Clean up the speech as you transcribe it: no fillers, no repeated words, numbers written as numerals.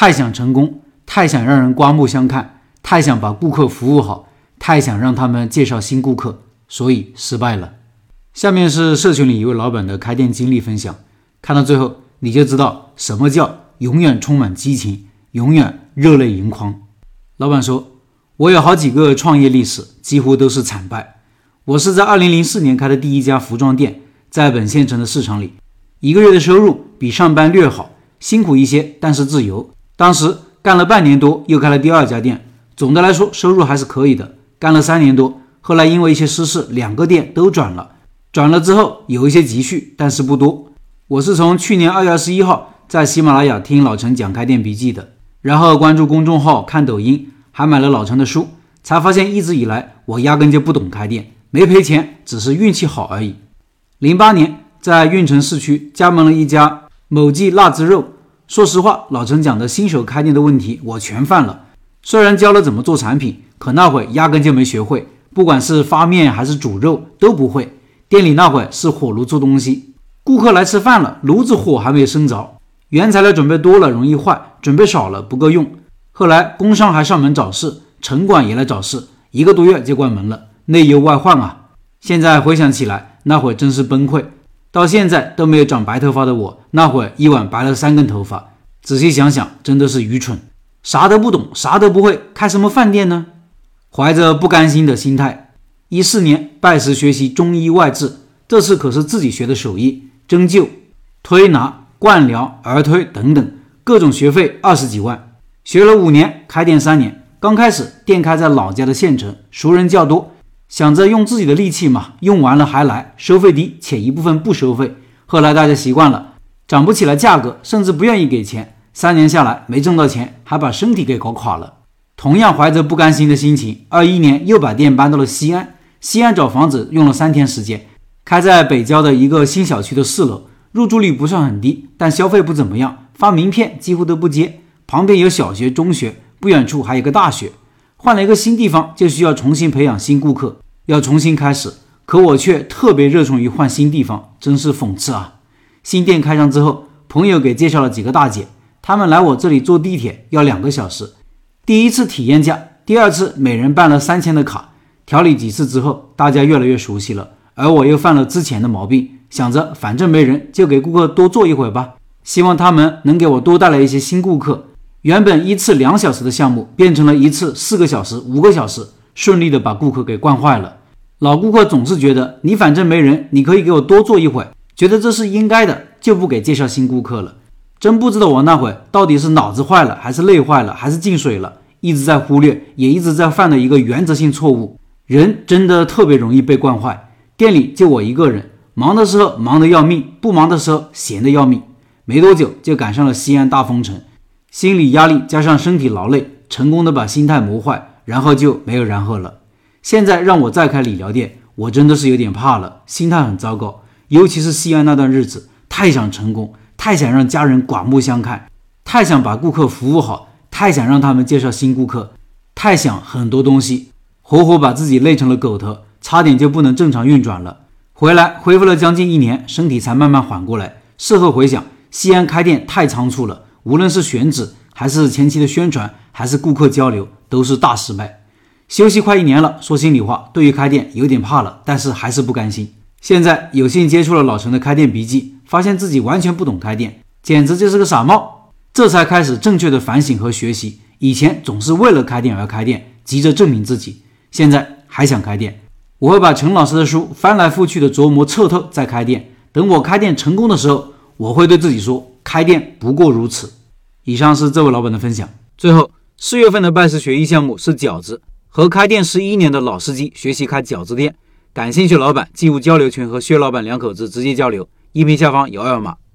太想成功，太想让人刮目相看，太想把顾客服务好，太想让他们介绍新顾客，所以失败了。下面是社群里一位老板的开店经历分享，看到最后你就知道什么叫永远充满激情，永远热泪盈眶。老板说，我有好几个创业历史，几乎都是惨败。我是在2004年开的第一家服装店，在本县城的市场里，一个月的收入比上班略好，辛苦一些，但是自由。当时干了半年多，又开了第二家店，总的来说收入还是可以的。干了3年多，后来因为一些私事，2个店都转了之后有一些积蓄，但是不多。我是从去年2月21号在喜马拉雅听老陈讲开店笔记的，然后关注公众号，看抖音，还买了老陈的书，才发现一直以来我压根就不懂开店，没赔钱，只是运气好而已。08年在运城市区加盟了一家某记辣子肉，说实话，老陈讲的新手开店的问题我全犯了。虽然教了怎么做产品，可那会压根就没学会，不管是发面还是煮肉都不会。店里那会是火炉做东西，顾客来吃饭了，炉子火还没生着，原材料准备多了容易坏，准备少了不够用。后来工商还上门找事，城管也来找事，1个多月就关门了，内忧外患啊。现在回想起来，那会真是崩溃。到现在都没有长白头发的我，那会一晚白了3根头发。仔细想想，真的是愚蠢，啥都不懂，啥都不会，开什么饭店呢？怀着不甘心的心态，14年拜师学习中医外治，这次可是自己学的手艺，针灸、推拿、灌疗、儿推等等，各种学费20几万。学了5年，开店3年。刚开始店开在老家的县城，熟人较多，想着用自己的力气嘛，用完了还来，收费低，且一部分不收费。后来大家习惯了，涨不起来价格，甚至不愿意给钱。3年下来没挣到钱，还把身体给搞垮了。同样怀着不甘心的心情，21年又把店搬到了西安。西安找房子用了3天时间，开在北郊的一个新小区的4楼，入住率不算很低，但消费不怎么样，发名片几乎都不接。旁边有小学、中学，不远处还有个大学。换了一个新地方，就需要重新培养新顾客，要重新开始。可我却特别热衷于换新地方，真是讽刺啊！新店开张之后，朋友给介绍了几个大姐，他们来我这里坐地铁要2个小时。第一次体验价，第二次每人办了3000的卡。调理几次之后，大家越来越熟悉了，而我又犯了之前的毛病，想着反正没人，就给顾客多坐一会儿吧，希望他们能给我多带来一些新顾客。原本1次2小时的项目，变成了1次4个小时、5个小时，顺利的把顾客给惯坏了。老顾客总是觉得你反正没人，你可以给我多坐一会儿，觉得这是应该的，就不给介绍新顾客了。真不知道我那会到底是脑子坏了，还是累坏了，还是进水了，一直在忽略，也一直在犯的一个原则性错误。人真的特别容易被惯坏。店里就我一个人，忙的时候忙得要命，不忙的时候闲得要命。没多久就赶上了西安大封城，心理压力加上身体劳累，成功的把心态磨坏，然后就没有然后了。现在让我再开理疗店，我真的是有点怕了，心态很糟糕。尤其是西安那段日子，太想成功，太想让家人刮目相看，太想把顾客服务好，太想让他们介绍新顾客，太想很多东西，活活把自己累成了狗头，差点就不能正常运转了。回来恢复了将近1年，身体才慢慢缓过来。事后回想，西安开店太仓促了，无论是选址，还是前期的宣传，还是顾客交流，都是大失败。休息快1年了，说心里话，对于开店有点怕了，但是还是不甘心。现在有幸接触了老陈的开店笔记，发现自己完全不懂开店，简直就是个傻帽。这才开始正确的反省和学习，以前总是为了开店而开店，急着证明自己，现在还想开店。我会把陈老师的书翻来覆去的琢磨彻透再开店，等我开店成功的时候，我会对自己说，开店不过如此。以上是这位老板的分享。最后4月份的拜师学艺项目是饺子，和开店11年的老司机学习开饺子店，感兴趣老板进入交流群和薛老板2口子直接交流，音频下方有2维码。